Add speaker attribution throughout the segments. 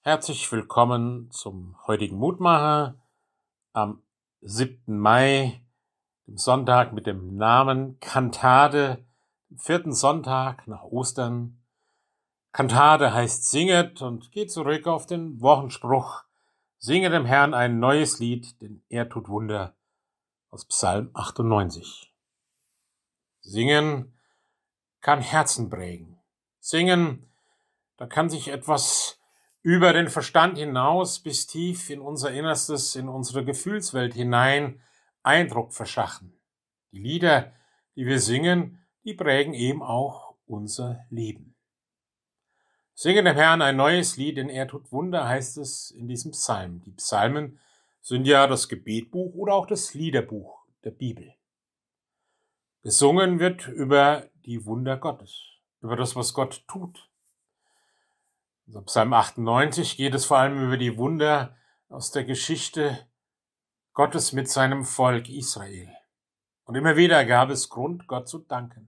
Speaker 1: Herzlich willkommen zum heutigen Mutmacher am 7. Mai, dem Sonntag mit dem Namen Kantate, dem 4. Sonntag nach Ostern. Kantate heißt singet und geht zurück auf den Wochenspruch: Singe dem Herrn ein neues Lied, denn er tut Wunder, aus Psalm 98. Singen kann Herzen prägen. Singen, da kann sich etwas über den Verstand hinaus bis tief in unser Innerstes, in unsere Gefühlswelt hinein Eindruck verschaffen. Die Lieder, die wir singen, die prägen eben auch unser Leben. Singe dem Herrn ein neues Lied, denn er tut Wunder, heißt es in diesem Psalm. Die Psalmen sind ja das Gebetbuch oder auch das Liederbuch der Bibel. Gesungen wird über die Wunder Gottes, über das, was Gott tut. In Psalm 98 geht es vor allem über die Wunder aus der Geschichte Gottes mit seinem Volk Israel. Und immer wieder gab es Grund, Gott zu danken.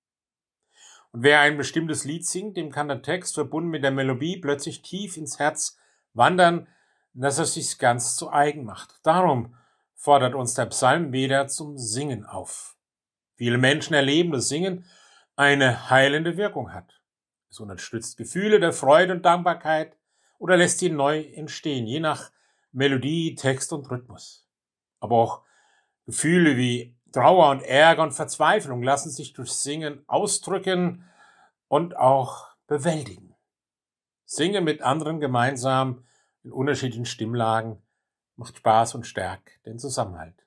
Speaker 1: Und wer ein bestimmtes Lied singt, dem kann der Text verbunden mit der Melodie plötzlich tief ins Herz wandern, dass er sich ganz zu eigen macht. Darum fordert uns der Psalmbeter zum Singen auf. Viele Menschen erleben, dass Singen eine heilende Wirkung hat. Es unterstützt Gefühle der Freude und Dankbarkeit oder lässt sie neu entstehen, je nach Melodie, Text und Rhythmus. Aber auch Gefühle wie Trauer und Ärger und Verzweiflung lassen sich durch Singen ausdrücken und auch bewältigen. Singen mit anderen gemeinsam in unterschiedlichen Stimmlagen macht Spaß und stärkt den Zusammenhalt.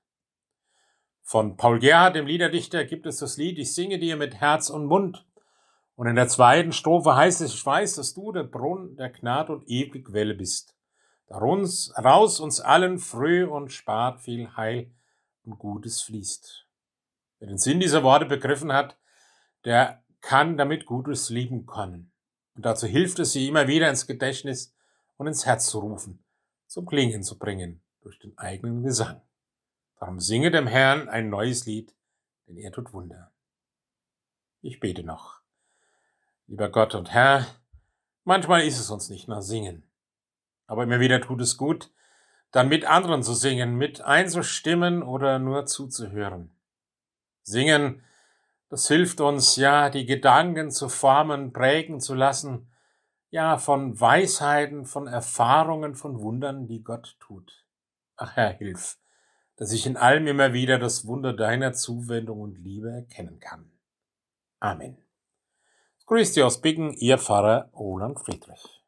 Speaker 1: Von Paul Gerhardt, dem Liederdichter, gibt es das Lied Ich singe dir mit Herz und Mund. Und in der zweiten Strophe heißt es: Ich weiß, dass du der Brunnen der Gnade und ewige Quelle bist. Daraus uns allen früh und spät viel Heil und Gutes fließt. Wer den Sinn dieser Worte begriffen hat, der kann damit gut durchs Leben kommen. Und dazu hilft es, sie immer wieder ins Gedächtnis und ins Herz zu rufen, zum Klingen zu bringen durch den eigenen Gesang. Darum singe dem Herrn ein neues Lied, denn er tut Wunder. Ich bete noch. Lieber Gott und Herr, manchmal ist es uns nicht nach Singen, aber immer wieder tut es gut, dann mit anderen zu singen, mit einzustimmen oder nur zuzuhören. Singen, das hilft uns, ja, die Gedanken zu formen, prägen zu lassen, ja, von Weisheiten, von Erfahrungen, von Wundern, die Gott tut. Ach Herr, hilf, dass ich in allem immer wieder das Wunder deiner Zuwendung und Liebe erkennen kann. Amen. Grüß dich aus Biggen, Ihr Pfarrer Roland Friedrich.